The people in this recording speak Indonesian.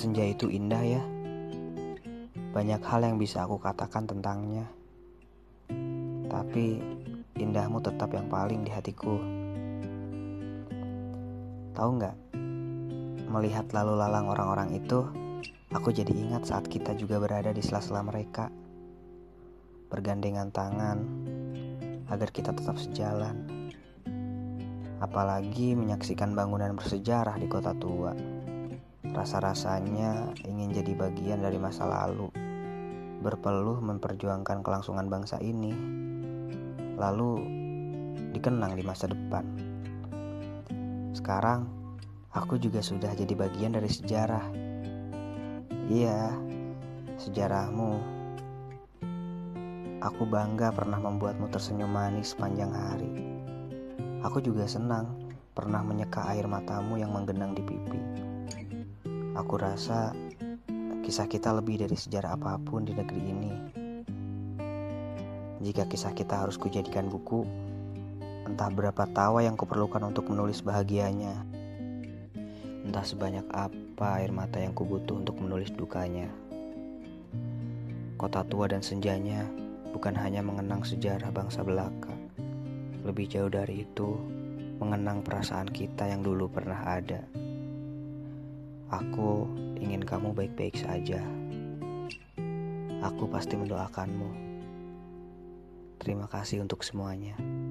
Senja itu indah ya. Banyak hal yang bisa aku katakan tentangnya. Tapi indahmu tetap yang paling di hatiku. Tahu nggak? Melihat lalu lalang orang-orang itu, aku jadi ingat saat kita juga berada di sela-sela mereka. Bergandengan tangan agar kita tetap sejalan. Apalagi menyaksikan bangunan bersejarah di kota tua. Rasa-rasanya ingin jadi bagian dari masa lalu, berpeluh memperjuangkan kelangsungan bangsa ini, lalu dikenang di masa depan. Sekarang, aku juga sudah jadi bagian dari sejarah. Iya, sejarahmu. Aku bangga pernah membuatmu tersenyum manis sepanjang hari. Aku juga senang pernah menyeka air matamu yang menggenang di pipi. Aku rasa kisah kita lebih dari sejarah apapun di negeri ini. Jika kisah kita harus kujadikan buku, entah berapa tawa yang kuperlukan untuk menulis bahagianya. Entah sebanyak apa air mata yang kubutuh untuk menulis dukanya. Kota tua dan senjanya bukan hanya mengenang sejarah bangsa belaka. Lebih jauh dari itu, mengenang perasaan kita yang dulu pernah ada. Aku ingin kamu baik-baik saja. Aku pasti mendoakanmu. Terima kasih untuk semuanya.